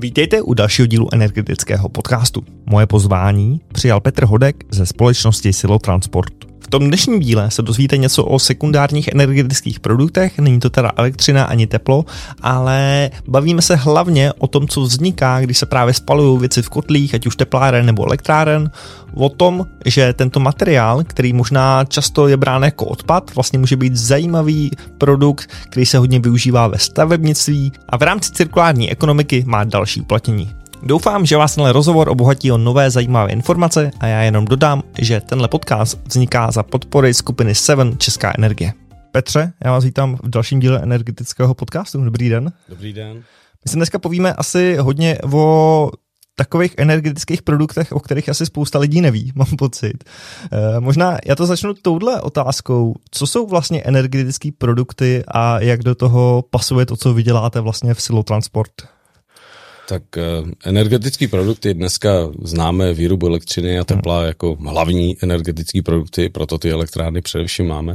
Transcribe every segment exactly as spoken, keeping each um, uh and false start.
Vítejte u dalšího dílu energetického podcastu. Moje pozvání přijal Petr Hodek ze společnosti Silotransport. V tom dnešním díle se dozvíte něco o sekundárních energetických produktech, není to teda elektřina ani teplo, ale bavíme se hlavně o tom, co vzniká, když se právě spalují věci v kotlích, ať už tepláren nebo elektráren, o tom, že tento materiál, který možná často je brán jako odpad, vlastně může být zajímavý produkt, který se hodně využívá ve stavebnictví a v rámci cirkulární ekonomiky má další uplatnění. Doufám, že vás tenhle rozhovor obohatí o nové zajímavé informace a já jenom dodám, že tenhle podcast vzniká za podpory skupiny Seven Česká energie. Petře, já vás vítám v dalším díle energetického podcastu. Dobrý den. Dobrý den. My se dneska povíme asi hodně o takových energetických produktech, o kterých asi spousta lidí neví, mám pocit. E, možná já to začnu touhle otázkou. Co jsou vlastně energetické produkty a jak do toho pasuje to, co vy děláte vlastně v Silotransport? Tak energetický produkty dneska známe výrobu elektřiny a tepla hmm. jako hlavní energetický produkty, proto ty elektrárny především máme.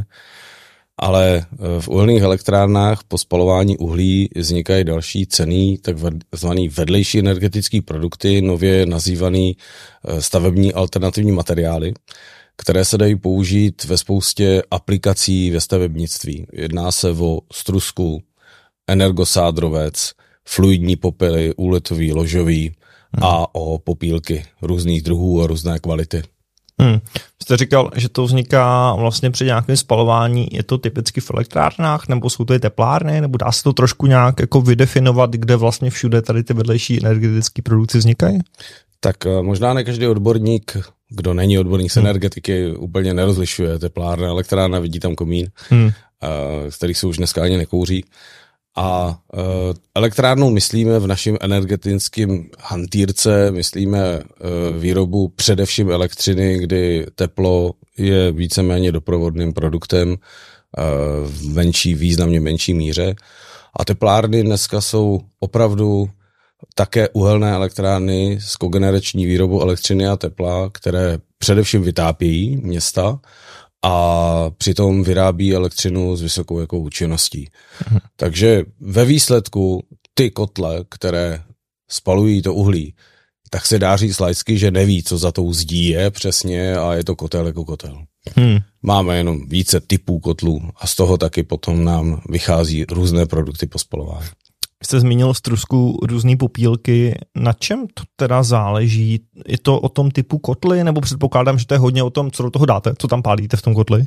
Ale v uhelných elektrárnách po spalování uhlí vznikají další cenný, takzvaný vedlejší energetický produkty, nově nazývaný stavební alternativní materiály, které se dají použít ve spoustě aplikací ve stavebnictví. Jedná se o strusku, energosádrovec, fluidní popely, úletový, ložový hmm. a o popílky různých druhů a různé kvality. Hmm. Jste říkal, že to vzniká vlastně při nějakém spalování, je to typicky v elektrárnách, nebo jsou to i teplárny, nebo dá se to trošku nějak jako vydefinovat, kde vlastně všude tady ty vedlejší energetické produkty vznikají? Tak možná ne každý odborník, kdo není odborník z hmm. energetiky, úplně nerozlišuje teplárna, elektrárna, vidí tam komín, hmm. z kterých se už dneska ani nekouří. A e, elektrárnou myslíme v našem energetickém hantýrce, myslíme e, výrobu především elektřiny, kdy teplo je víceméně doprovodným produktem e, v menší, významně menší míře. A teplárny dneska jsou opravdu také uhelné elektrárny s kogenerační výrobou elektřiny a tepla, které především vytápějí města a přitom vyrábí elektřinu s vysokou jako účinností. Mhm. Takže ve výsledku ty kotle, které spalují to uhlí, tak se dá říct laicky, že neví, co za tou zdí je přesně a je to kotel jako kotel. Hmm. Máme jenom více typů kotlů a z toho taky potom nám vychází různé produkty po spalování. Jste zmínil v trusku různý popílky. Na čem to teda záleží? Je to o tom typu kotly, nebo předpokládám, že to je hodně o tom, co do toho dáte, co tam pálíte v tom kotli?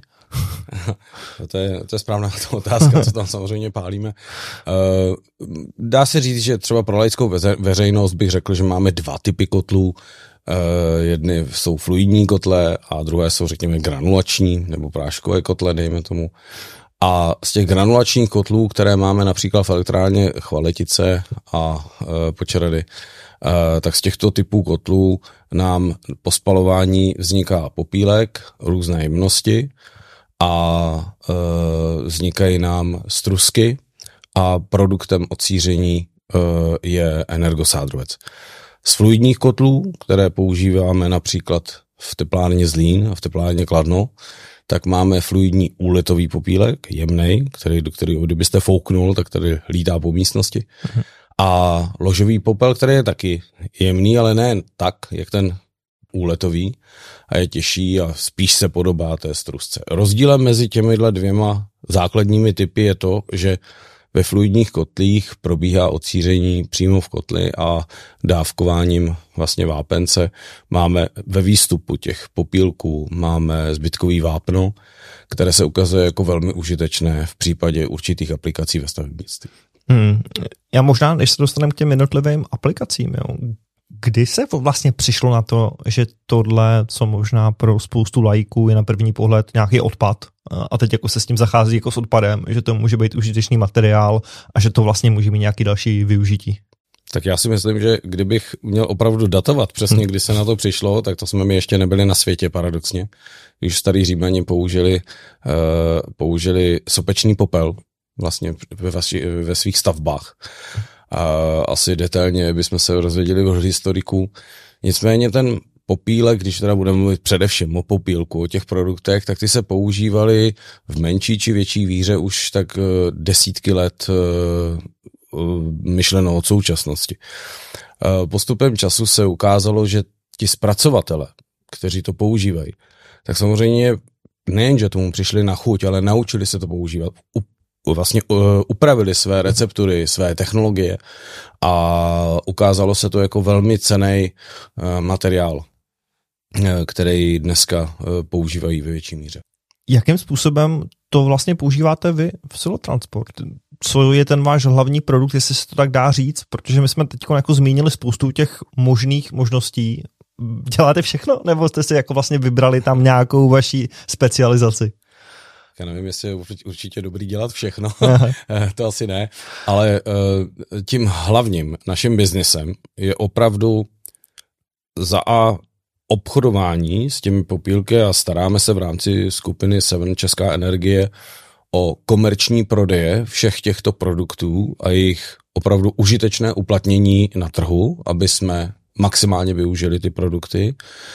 to, je, to je správná otázka, co tam samozřejmě pálíme. Dá se říct, že třeba pro laickou veřejnost bych řekl, že máme dva typy kotlů. Jedny jsou fluidní kotle a druhé jsou, řekněme, granulační nebo práškové kotle, dejme tomu. A z těch granulačních kotlů, které máme například v elektrárně Chvaletice a e, Počerady, e, tak z těchto typů kotlů nám po spalování vzniká popílek různé jemnosti a e, vznikají nám strusky a produktem odsíření e, je energosádrovec. Z fluidních kotlů, které používáme například v teplárně Zlín a v teplárně Kladno, tak máme fluidní úletový popílek, jemnej, který, do kterého kdybyste fouknul, tak tady lítá po místnosti. Mhm. A ložový popel, který je taky jemný, ale ne tak, jak ten úletový, a je těžší a spíš se podobá té strusce. Rozdílem mezi těmihle dvěma základními typy je to, že ve fluidních kotlích probíhá odsíření přímo v kotli a dávkováním vlastně vápence. Máme ve výstupu těch popílků máme zbytkový vápno, které se ukazuje jako velmi užitečné v případě určitých aplikací ve stavebnictví. Hmm. Já možná, než se dostaneme k těm jednotlivým aplikacím, jo. Kdy se vlastně přišlo na to, že tohle, co možná pro spoustu laiků je na první pohled nějaký odpad a teď jako se s tím zachází jako s odpadem, že to může být užitečný materiál a že to vlastně může mít nějaký další využití? Tak já si myslím, že kdybych měl opravdu datovat přesně, kdy se na to přišlo, tak to jsme my ještě nebyli na světě paradoxně. Když starí Římani použili, uh, použili sopečný popel vlastně ve, vaši, ve svých stavbách. A asi detailně bychom se rozvěděli od historiků. Nicméně ten popílek, když teda budeme mluvit především o popílku, o těch produktech, tak ty se používaly v menší či větší víře už tak desítky let myšleno od současnosti. Postupem času se ukázalo, že ti zpracovatele, kteří to používají, tak samozřejmě nejen, že tomu přišli na chuť, ale naučili se to používat. U, vlastně uh, upravili své receptury, své technologie a ukázalo se to jako velmi cenný uh, materiál, uh, který dneska uh, používají ve větší míře. Jakým způsobem to vlastně používáte vy v Silotransport? Co je ten váš hlavní produkt, jestli se to tak dá říct? Protože my jsme teď jako zmínili spoustu těch možných možností. Děláte všechno? Nebo jste si jako vlastně vybrali tam nějakou vaši specializaci? Já nevím, jestli je určitě dobrý dělat všechno, to asi ne, ale tím hlavním naším biznesem je opravdu za a obchodování s těmi popílky a staráme se v rámci skupiny Seven Česká energie o komerční prodeje všech těchto produktů a jejich opravdu užitečné uplatnění na trhu, aby jsme maximálně využili ty produkty.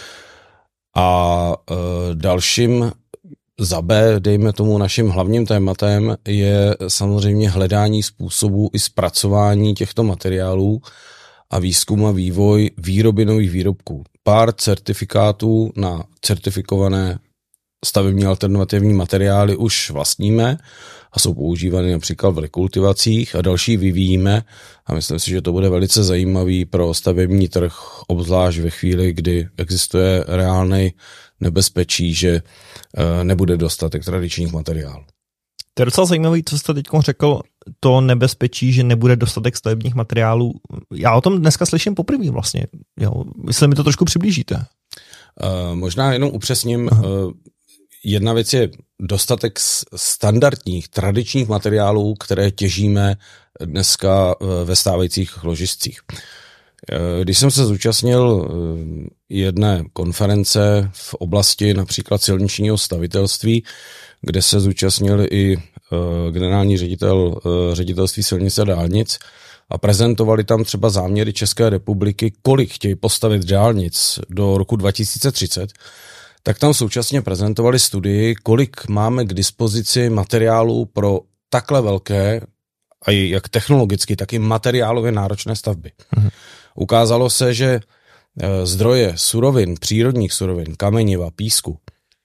A e, dalším za B, dejme tomu naším hlavním tématem, je samozřejmě hledání způsobů i zpracování těchto materiálů a výzkum a vývoj výroby nových výrobků. Pár certifikátů na certifikované stavební alternativní materiály už vlastníme a jsou používány například v rekultivacích a další vyvíjíme a myslím si, že to bude velice zajímavý pro stavební trh, obzvlášť ve chvíli, kdy existuje reálný nebezpečí, že nebude dostatek tradičních materiálů. To je docela zajímavý, co jste teď řekl, to nebezpečí, že nebude dostatek stavebních materiálů. Já o tom dneska slyším poprvé vlastně. Jo, jestli mi to trošku přiblížíte. Uh, možná jenom upřesním. Uh, jedna věc je dostatek standardních, tradičních materiálů, které těžíme dneska ve stávajících ložiscích. Když jsem se zúčastnil jedné konference v oblasti například silničního stavitelství, kde se zúčastnil i generální ředitel ředitelství silnic a dálnic a prezentovali tam třeba záměry České republiky, kolik chtějí postavit dálnic do roku dva tisíce třicet, tak tam současně prezentovali studii, kolik máme k dispozici materiálů pro takhle velké, a jak technologicky, tak i materiálově náročné stavby. Mhm. Ukázalo se, že zdroje surovin, přírodních surovin, kameniva, písku,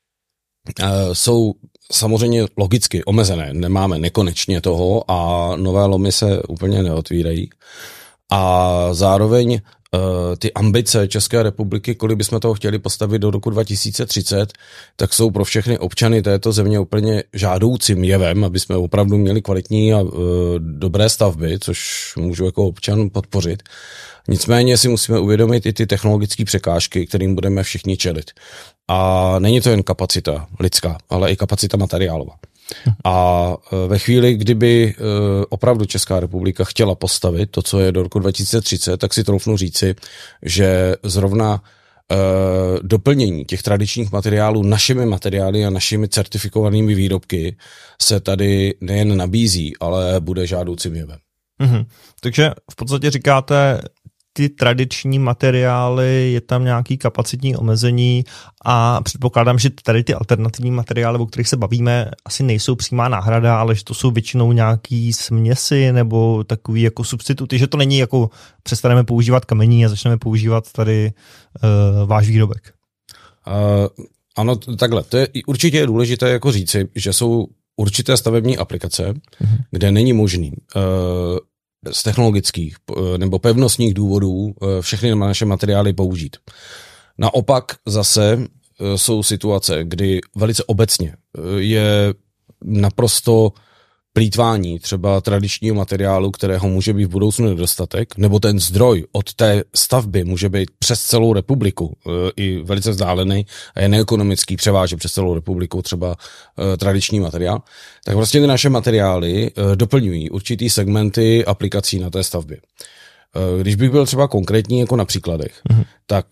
jsou samozřejmě logicky omezené. Nemáme nekonečně toho a nové lomy se úplně neotvírají. A zároveň ty ambice České republiky, kolik bychom toho chtěli postavit do roku dva tisíce třicet, tak jsou pro všechny občany této země úplně žádoucím jevem, aby jsme opravdu měli kvalitní a e, dobré stavby, což můžu jako občan podpořit. Nicméně si musíme uvědomit i ty technologické překážky, kterým budeme všichni čelit. A není to jen kapacita lidská, ale i kapacita materiálová. A ve chvíli, kdyby opravdu Česká republika chtěla postavit to, co je do roku dva tisíce třicet, tak si troufnu říci, že zrovna doplnění těch tradičních materiálů našimi materiály a našimi certifikovanými výrobky se tady nejen nabízí, ale bude žádoucím jevem. Mm-hmm. Takže v podstatě říkáte, ty tradiční materiály, je tam nějaký kapacitní omezení a předpokládám, že tady ty alternativní materiály, o kterých se bavíme, asi nejsou přímá náhrada, ale že to jsou většinou nějaký směsi nebo takový jako substituty, že to není jako přestaneme používat kamení a začneme používat tady uh, váš výrobek. Uh, ano, takhle. To je určitě je důležité jako říci, že jsou určité stavební aplikace, uh-huh. kde není možný uh, z technologických nebo pevnostních důvodů všechny naše materiály použít. Naopak zase jsou situace, kdy velice obecně je naprosto plýtvání třeba tradičního materiálu, kterého může být v budoucnu nedostatek, nebo ten zdroj od té stavby může být přes celou republiku i velice vzdálený a je neekonomický převážet přes celou republiku třeba tradiční materiál, tak prostě ty naše materiály doplňují určitý segmenty aplikací na té stavbě. Když bych byl třeba konkrétní jako na příkladech, mhm. tak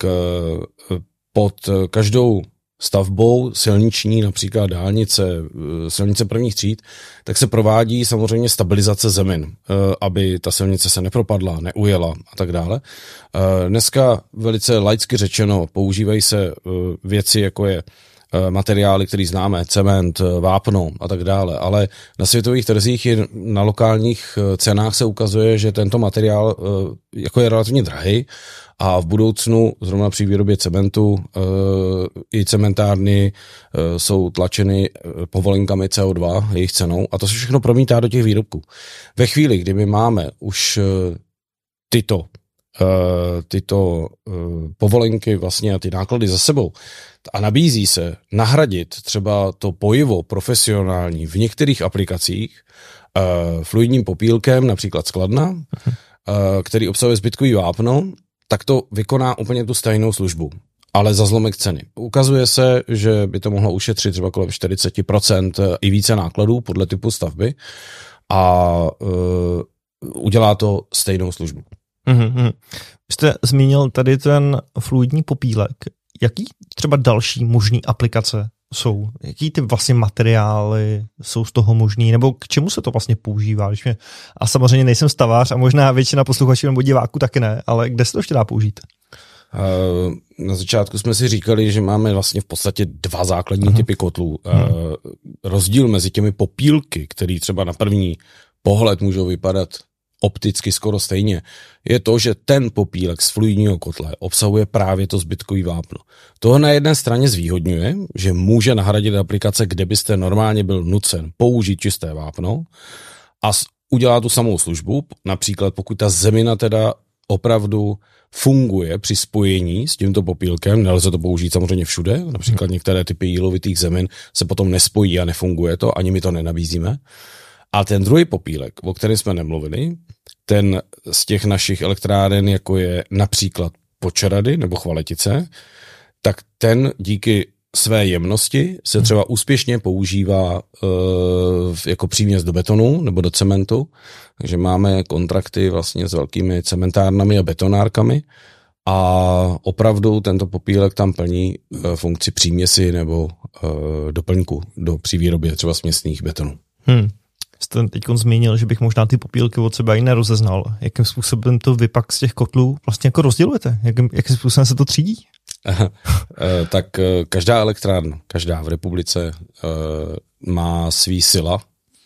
pod každou stavbou silniční, například dálnice, silnice prvních tříd, tak se provádí samozřejmě stabilizace zemin, aby ta silnice se nepropadla, neujela a tak dále. Dneska velice laicky řečeno používají se věci, jako je materiály, které známe, cement, vápno a tak dále, ale na světových trzích i na lokálních cenách se ukazuje, že tento materiál jako je relativně drahý a v budoucnu zrovna při výrobě cementu i cementárny jsou tlačeny povolenkami C O dva, jejich cenou, a to se všechno promítá do těch výrobků. Ve chvíli, kdy my máme už tyto tyto povolenky vlastně a ty náklady za sebou a nabízí se nahradit třeba to pojivo profesionální v některých aplikacích fluidním popílkem, například z Kladna, který obsahuje zbytkový vápno, tak to vykoná úplně tu stejnou službu, ale za zlomek ceny. Ukazuje se, že by to mohlo ušetřit třeba kolem čtyřicet procent i více nákladů podle typu stavby a udělá to stejnou službu. Mm-hmm. Vy jste zmínil tady ten fluidní popílek. Jaký třeba další možný aplikace jsou? Jaký ty vlastně materiály jsou z toho možný? Nebo k čemu se to vlastně používá? Když mě... A samozřejmě nejsem stavář a možná většina posluchačů nebo diváků taky ne, ale kde se to ještě dá použít? Na začátku jsme si říkali, že máme vlastně v podstatě dva základní uh-huh. typy kotlů. Uh-huh. Rozdíl mezi těmi popílky, který třeba na první pohled můžou vypadat opticky skoro stejně, je to, že ten popílek z fluidního kotle obsahuje právě to zbytkový vápno. To na jedné straně zvýhodňuje, že může nahradit aplikace, kde byste normálně byl nucen použít čisté vápno a udělá tu samou službu, například pokud ta zemina teda opravdu funguje při spojení s tímto popílkem, nelze to použít samozřejmě všude, například některé typy jílovitých zemin se potom nespojí a nefunguje to, ani my to nenabízíme. A ten druhý popílek, o kterém jsme nemluvili, ten z těch našich elektráren, jako je například Počerady nebo Chvaletice, tak ten díky své jemnosti se třeba úspěšně používá uh, jako příměs do betonu nebo do cementu. Takže máme kontrakty vlastně s velkými cementárnami a betonárkami a opravdu tento popílek tam plní uh, funkci příměsi nebo uh, doplňku do při výrobě třeba směsných betonů. Hmm. Jste teď zmínil, že bych možná ty popílky od sebe i nerozeznal. Jakým způsobem to vy pak z těch kotlů vlastně jako rozdělujete? Jakým, jakým způsobem se to třídí? Tak každá elektrárna, každá v republice má svý sila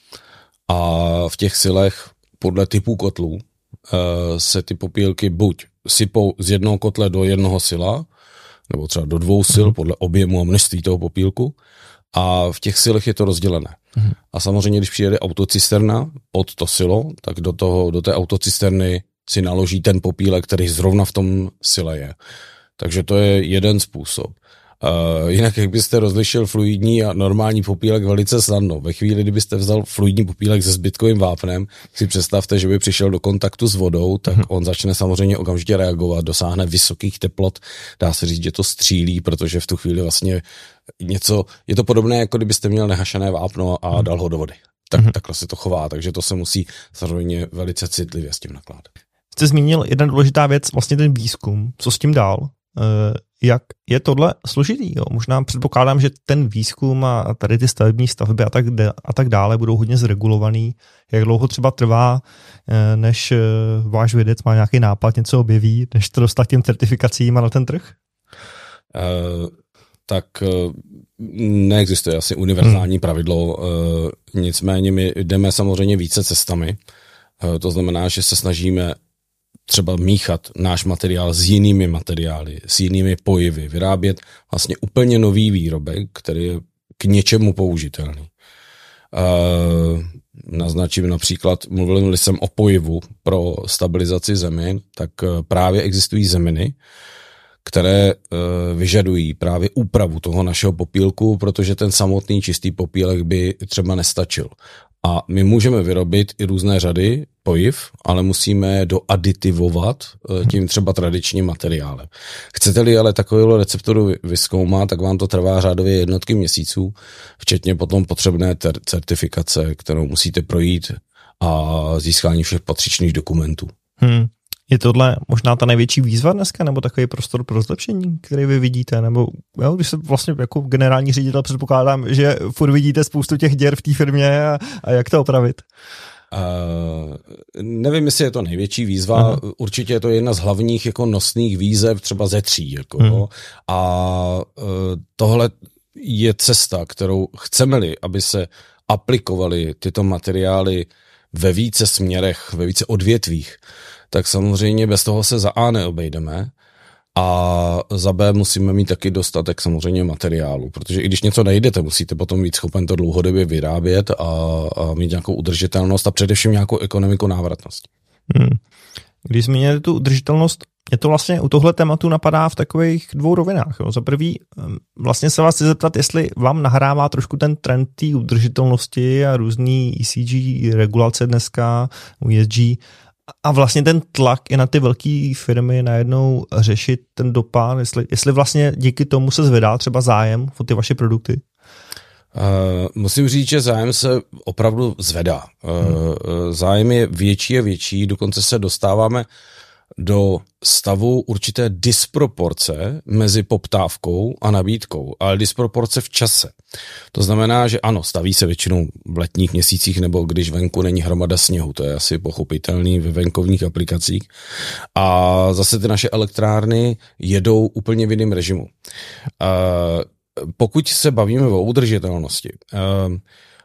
a v těch silech podle typů kotlů se ty popílky buď sypou z jednoho kotle do jednoho sila, nebo třeba do dvou sil podle objemu a množství toho popílku, a v těch silech je to rozdělené. Mhm. A samozřejmě, když přijede autocisterna pod to silo, tak do, toho, do té autocisterny si naloží ten popílek, který zrovna v tom sile je. Takže to je jeden způsob. Uh, jinak, jak byste rozlišil fluidní a normální popílek velice snadno. Ve chvíli, kdybyste vzal fluidní popílek se zbytkovým vápnem, si představte, že by přišel do kontaktu s vodou, tak hmm. on začne samozřejmě okamžitě reagovat, dosáhne vysokých teplot, dá se říct, že to střílí, protože v tu chvíli vlastně něco, je to podobné, jako kdybyste měl nehašené vápno a dal ho do vody. Tak, hmm. takhle se to chová, takže to se musí samozřejmě velice citlivě s tím nakládat. Jste zmínil jedna důležitá věc, vlastně ten výzkum, co s tím dál? Uh, jak je tohle složitý? Jo? Možná předpokládám, že ten výzkum a tady ty stavební stavby a tak, de, a tak dále budou hodně zregulovaný. Jak dlouho třeba trvá, než váš vědec má nějaký nápad, něco objeví, než to dostat těm certifikacím a na ten trh? Uh, tak uh, neexistuje asi univerzální hmm. pravidlo, uh, nicméně my jdeme samozřejmě více cestami. Uh, to znamená, že se snažíme třeba míchat náš materiál s jinými materiály, s jinými pojivy, vyrábět vlastně úplně nový výrobek, který je k něčemu použitelný. Uh, naznačím například, mluvil jsem o pojivu pro stabilizaci zemin, tak právě existují zeminy, které uh, vyžadují právě úpravu toho našeho popílku, protože ten samotný čistý popílek by třeba nestačil. A my můžeme vyrobit i různé řady pojiv, ale musíme doaditivovat tím třeba tradičním materiálem. Chcete-li ale takovou recepturu vyzkoumat, tak vám to trvá řádově jednotky měsíců, včetně potom potřebné ter- certifikace, kterou musíte projít a získání všech patřičných dokumentů. Hmm. Je tohle možná ta největší výzva dneska, nebo takový prostor pro zlepšení, který vy vidíte? Nebo jo, když se vlastně jako generální ředitel předpokládám, že furt vidíte spoustu těch děr v té firmě a, a jak to opravit? Uh, nevím, jestli je to největší výzva, uh-huh. určitě je to jedna z hlavních jako nosných výzev třeba ze tří. Jako, uh-huh. A uh, tohle je cesta, kterou chceme-li, aby se aplikovaly tyto materiály ve více směrech, ve více odvětvích, tak samozřejmě bez toho se za A neobejdeme a za B musíme mít taky dostatek samozřejmě materiálu, protože i když něco nejdete, musíte potom být schopen to dlouhodobě vyrábět a, a mít nějakou udržitelnost a především nějakou ekonomiku návratnosti. Hmm. Když zmíníte tu udržitelnost, je to vlastně u tohle tématu napadá v takových dvou rovinách. Jo. Za prvý, vlastně se vás chci zeptat, jestli vám nahrává trošku ten trend té udržitelnosti a různý E C G regulace dneska, E S G, a vlastně ten tlak i na ty velké firmy najednou řešit ten dopad, jestli, jestli vlastně díky tomu se zvedá třeba zájem o ty vaše produkty? Uh, musím říct, že zájem se opravdu zvedá. Uh, zájem je větší a větší, dokonce se dostáváme do stavu určité disproporce mezi poptávkou a nabídkou, ale disproporce v čase. To znamená, že ano, staví se většinou v letních měsících nebo když venku není hromada sněhu, to je asi pochopitelný ve venkovních aplikacích. A zase ty naše elektrárny jedou úplně v jiném režimu. Uh, pokud se bavíme o udržitelnosti, uh,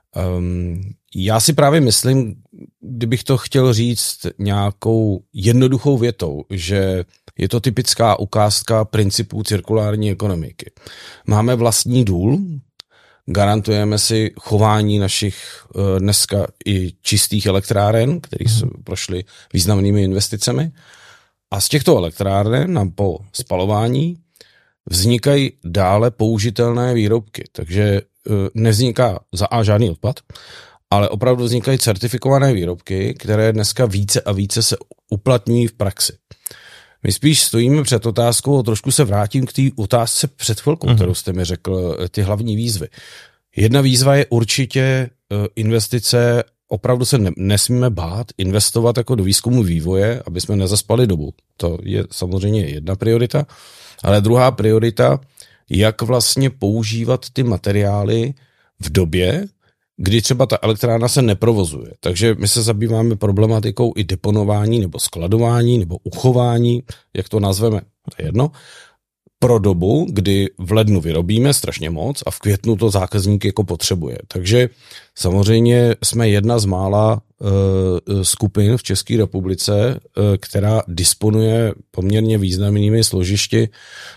um, já si právě myslím, kdybych to chtěl říct nějakou jednoduchou větou, že je to typická ukázka principů cirkulární ekonomiky. Máme vlastní důl, garantujeme si chování našich dneska i čistých elektráren, které jsou prošly významnými investicemi. A z těchto elektráren nám po spalování vznikají dále použitelné výrobky. Takže nevzniká za A žádný odpad, ale opravdu vznikají certifikované výrobky, které dneska více a více se uplatňují v praxi. My spíš stojíme před otázkou, a trošku se vrátím k té otázce před chvilkou, kterou jste mi řekl, ty hlavní výzvy. Jedna výzva je určitě investice, opravdu se ne, nesmíme bát investovat jako do výzkumu vývoje, aby jsme nezaspali dobu. To je samozřejmě jedna priorita, ale druhá priorita, jak vlastně používat ty materiály v době, kdy třeba ta elektrárna se neprovozuje. Takže my se zabýváme problematikou i deponování nebo skladování nebo uchování, jak to nazveme, to je jedno, pro dobu, kdy v lednu vyrobíme strašně moc a v květnu to zákazník jako potřebuje. Takže samozřejmě jsme jedna z mála uh, skupin v České republice, uh, která disponuje poměrně významnými složišti,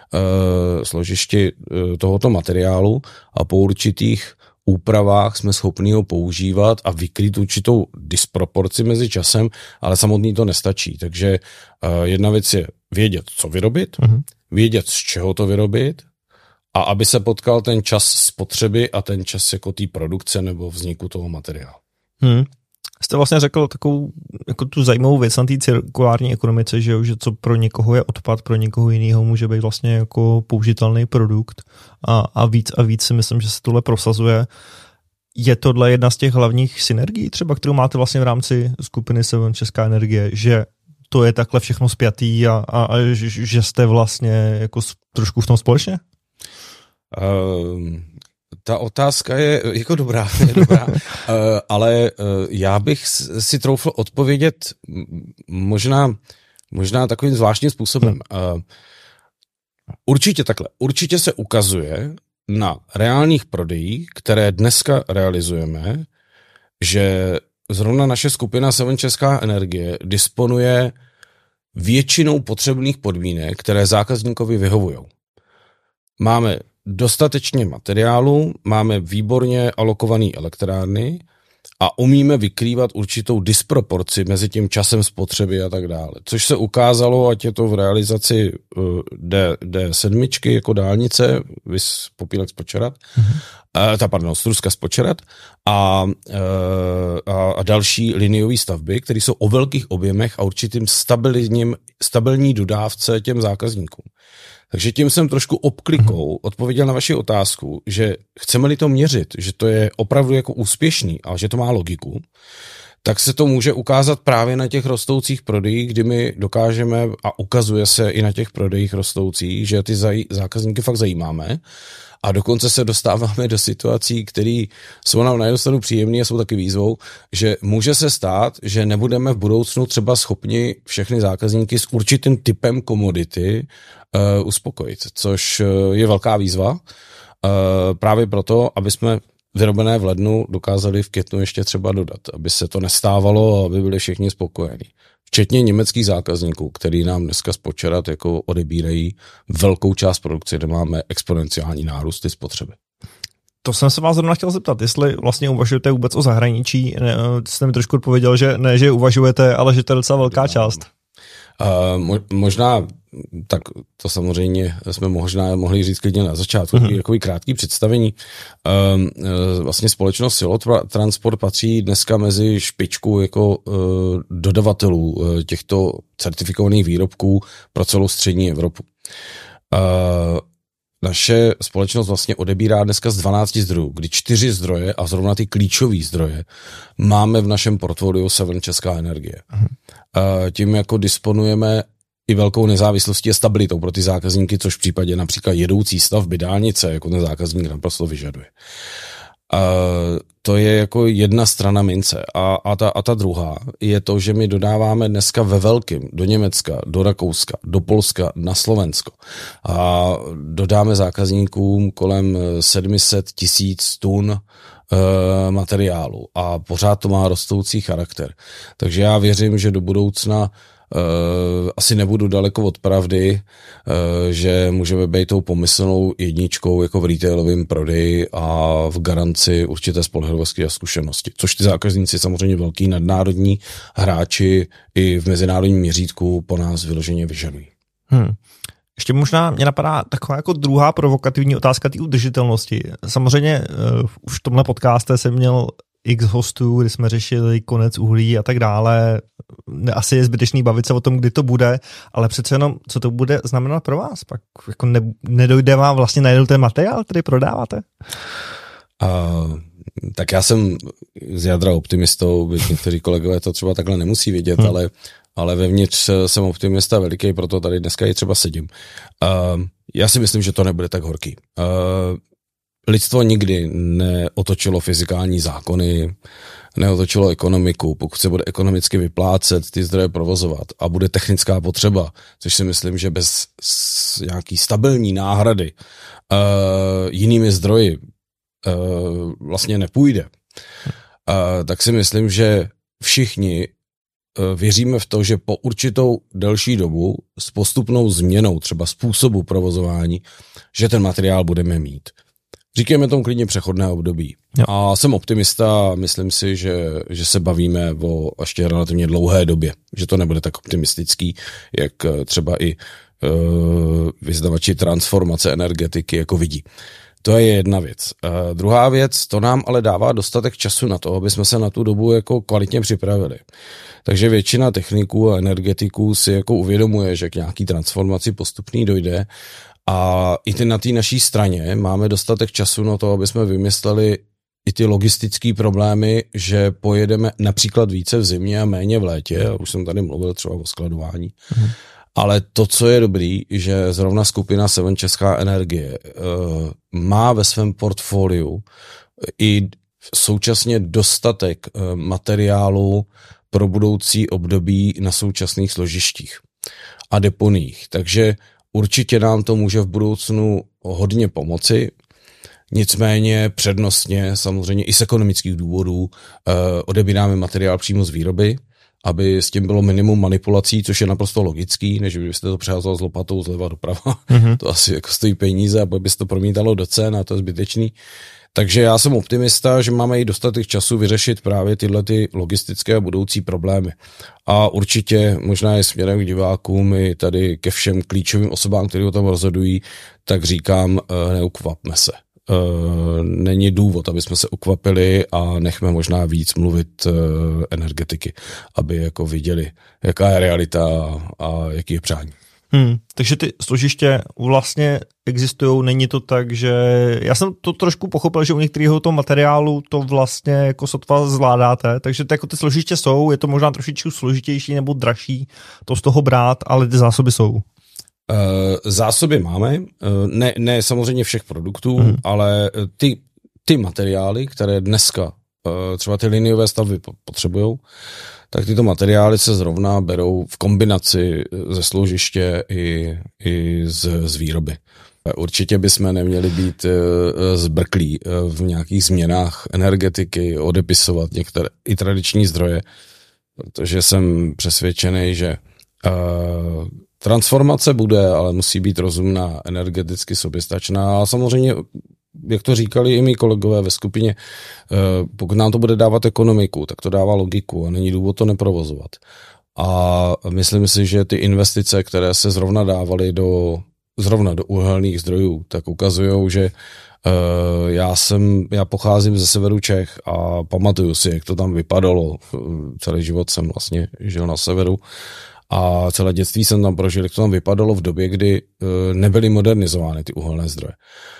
uh, složišti uh, tohoto materiálu a po určitých úpravách jsme schopni ho používat a vykrýt určitou disproporci mezi časem, ale samotný to nestačí. Takže uh, jedna věc je vědět, co vyrobit, uh-huh. vědět, z čeho to vyrobit a aby se potkal ten čas spotřeby a ten čas jako té produkce nebo vzniku toho materiálu. Hmm. Jste vlastně řekl takovou jako tu zajímavou věc na té cirkulární ekonomice, že, jo, že co pro někoho je odpad, pro někoho jiného může být vlastně jako použitelný produkt a, a víc a víc si myslím, že se tohle prosazuje. Je tohle jedna z těch hlavních synergií třeba, kterou máte vlastně v rámci skupiny Seven Česká energie, že to je takhle všechno spjatý a, a, a že jste vlastně jako trošku v tom společně? Um... Ta otázka je jako dobrá, je dobrá, uh, ale uh, já bych si troufl odpovědět možná, možná takovým zvláštním způsobem. Uh, určitě takhle. Určitě se ukazuje na reálných prodejích, které dneska realizujeme, že zrovna naše skupina Seven Česká energie disponuje většinou potřebných podmínek, které zákazníkovi vyhovují. Máme dostatečně materiálu, máme výborně alokované elektrárny a umíme vykrývat určitou disproporci mezi tím časem spotřeby a tak dále. Což se ukázalo, ať je to v realizaci D, D7 jako dálnice, vys Popílek z Počerat, mm-hmm. ta, pardon, Struska z Počerat a, a, a další liniové stavby, které jsou o velkých objemech a určitým stabilním, stabilní dodávce těm zákazníkům. Takže tím jsem trošku obklikou odpověděl na vaši otázku, že chceme-li to měřit, že to je opravdu jako úspěšný a že to má logiku, tak se to může ukázat právě na těch rostoucích prodejích, kdy my dokážeme, a ukazuje se i na těch prodejích rostoucích, že ty zaj- zákazníky fakt zajímáme a dokonce se dostáváme do situací, které jsou nám na jednu stranu příjemné a jsou taky výzvou, že může se stát, že nebudeme v budoucnu třeba schopni všechny zákazníky s určitým typem komodity uh, uspokojit, což je velká výzva. Uh, právě proto, aby jsme vyrobené v lednu dokázali v květnu ještě třeba dodat, aby se to nestávalo a aby byli všichni spokojení. Včetně německých zákazníků, který nám dneska spočerat jako odebírají velkou část produkce, kde máme exponenciální nárůsty spotřeby. To jsem se vás zrovna chtěl zeptat, jestli vlastně uvažujete vůbec o zahraničí. Ne, jste mi trošku odpověděl, že ne, že uvažujete, ale že to je docela velká část. Uh, možná, tak to samozřejmě jsme možná mohli říct klidně na začátku, mm-hmm. takový krátký představení. Uh, uh, vlastně společnost Silotransport patří dneska mezi špičku jako uh, dodavatelů uh, těchto certifikovaných výrobků pro celou střední Evropu. Uh, Naše společnost vlastně odebírá dneska z dvanácti zdrojů, kdy čtyři zdroje a zrovna ty klíčové zdroje máme v našem portfoliu Seven Česká energie. Uh, tím jako disponujeme i velkou nezávislostí a stabilitou pro ty zákazníky, což v případě například jedoucí stavby dálnice, jako ten zákazník naprosto vyžaduje. Uh, to je jako jedna strana mince. A, a, ta, a ta druhá je to, že my dodáváme dneska ve velkým do Německa, do Rakouska, do Polska, na Slovensko. A dodáme zákazníkům kolem sedm set tisíc tun uh, materiálu. A pořád to má rostoucí charakter. Takže já věřím, že do budoucna Uh, asi nebudu daleko od pravdy, uh, že můžeme být tou pomyslnou jedničkou jako v retailovém prodeji a v garanci určité spolehlivosti a zkušenosti. Což ty zákazníci samozřejmě velký nadnárodní hráči i v mezinárodním měřítku po nás vyloženě vyžadují. Hmm. Ještě možná mě napadá taková jako druhá provokativní otázka té udržitelnosti. Samozřejmě uh, už v tomhle podcastu jsem měl x hostů, kdy jsme řešili konec uhlí a tak dále. Asi je zbytečný bavit se o tom, kdy to bude, ale přece jenom, co to bude znamenat pro vás? Pak jako ne, nedojde vám vlastně najednou ten materiál, který prodáváte? Uh, tak já jsem z jádra optimistou, byť někteří kolegové to třeba takhle nemusí vidět, hmm. ale, ale vevnitř jsem optimista veliký, proto tady dneska i třeba sedím. Uh, já si myslím, že to nebude tak horký. Uh, Lidstvo nikdy neotočilo fyzikální zákony, neotočilo ekonomiku. Pokud se bude ekonomicky vyplácet, ty zdroje provozovat a bude technická potřeba, což si myslím, že bez nějaký stabilní náhrady uh, jinými zdroji uh, vlastně nepůjde, uh, tak si myslím, že všichni uh, věříme v to, že po určitou delší dobu s postupnou změnou třeba způsobu provozování, že ten materiál budeme mít. Říkáme tomu klidně přechodné období. Jo. A jsem optimista, myslím si, že, že se bavíme o ještě relativně dlouhé době, že to nebude tak optimistický, jak třeba i uh, vyznavači transformace energetiky jako vidí. To je jedna věc. Uh, druhá věc, to nám ale dává dostatek času na to, aby jsme se na tu dobu jako kvalitně připravili. Takže většina techniků a energetiků si jako uvědomuje, že k nějaký transformaci postupný dojde. A i ty na té naší straně máme dostatek času na to, aby jsme vymysleli i ty logistické problémy, že pojedeme například více v zimě a méně v létě. A už jsem tady mluvil třeba o skladování. Mhm. Ale to, co je dobrý, že zrovna skupina Seven Česká energie uh, má ve svém portfoliu i současně dostatek uh, materiálu pro budoucí období na současných složištích a deponích. Takže určitě nám to může v budoucnu hodně pomoci, nicméně přednostně, samozřejmě i z ekonomických důvodů, eh, odebíráme materiál přímo z výroby, aby s tím bylo minimum manipulací, což je naprosto logický, než byste to přeházal s lopatou zleva doprava. Mm-hmm. To asi jako stojí peníze a pak by se to promítalo do cen a to je zbytečný. Takže já jsem optimista, že máme i dostatek času vyřešit právě tyhle ty logistické a budoucí problémy. A určitě možná je směrem k divákům i tady ke všem klíčovým osobám, kteří o tom rozhodují, tak říkám, neukvapme se. Není důvod, aby jsme se ukvapili a nechme možná víc mluvit energetiky, aby jako viděli, jaká je realita a jaký je přání. Hmm, takže ty složiště vlastně existují, není to tak, že já jsem to trošku pochopil, že u některého toho materiálu to vlastně jako sotva zvládáte, takže ty, jako ty složiště jsou, je to možná trošičku složitější nebo dražší to z toho brát, ale ty zásoby jsou. Uh, zásoby máme, uh, ne, ne samozřejmě všech produktů, hmm. ale ty, ty materiály, které dneska uh, třeba ty liniové stavby potřebujou, tak tyto materiály se zrovna berou v kombinaci ze složiště i, i z, z výroby. Určitě bychom neměli být zbrklí v nějakých změnách energetiky, odepisovat některé i tradiční zdroje, protože jsem přesvědčený, že uh, transformace bude, ale musí být rozumná, energeticky soběstačná a samozřejmě, jak to říkali i mý kolegové ve skupině, pokud nám to bude dávat ekonomiku, tak to dává logiku a není důvod to neprovozovat. A myslím si, že ty investice, které se zrovna dávaly do, zrovna do uhelných zdrojů, tak ukazují, že já jsem, já pocházím ze severu Čech a pamatuju si, jak to tam vypadalo. Celý život jsem vlastně žil na severu a celé dětství jsem tam prožil, jak to tam vypadalo v době, kdy nebyly modernizovány ty uhelné zdroje.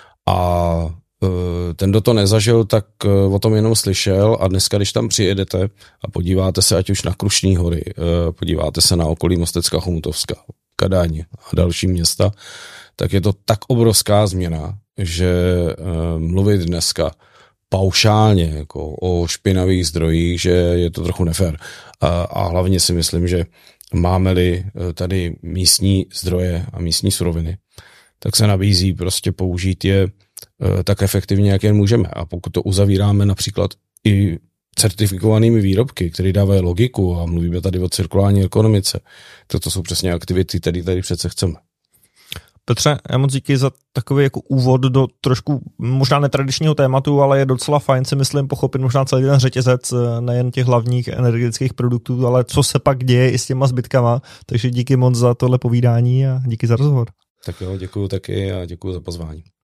A ten, kdo to nezažil, tak o tom jenom slyšel a dneska, když tam přijedete a podíváte se ať už na Krušní hory, podíváte se na okolí Mostecka, Chomutovska, Kadaň a další města, tak je to tak obrovská změna, že mluvit dneska paušálně jako o špinavých zdrojích, že je to trochu nefér. A, a hlavně si myslím, že máme-li tady místní zdroje a místní suroviny, tak se nabízí prostě použít je tak efektivně, jak jen můžeme. A pokud to uzavíráme například i certifikovanými výrobky, které dávají logiku a mluvíme tady o cirkulární ekonomice, tak to jsou přesně aktivity, které tady přece chceme. Petře, já moc díky za takový jako úvod do trošku možná netradičního tématu, ale je docela fajn, si myslím, pochopit možná celý ten řetězec nejen těch hlavních energetických produktů, ale co se pak děje i s těma zbytkama. Takže díky moc za tohle povídání a díky za rozhovor. Tak jo, děkuju taky a děkuju za pozvání.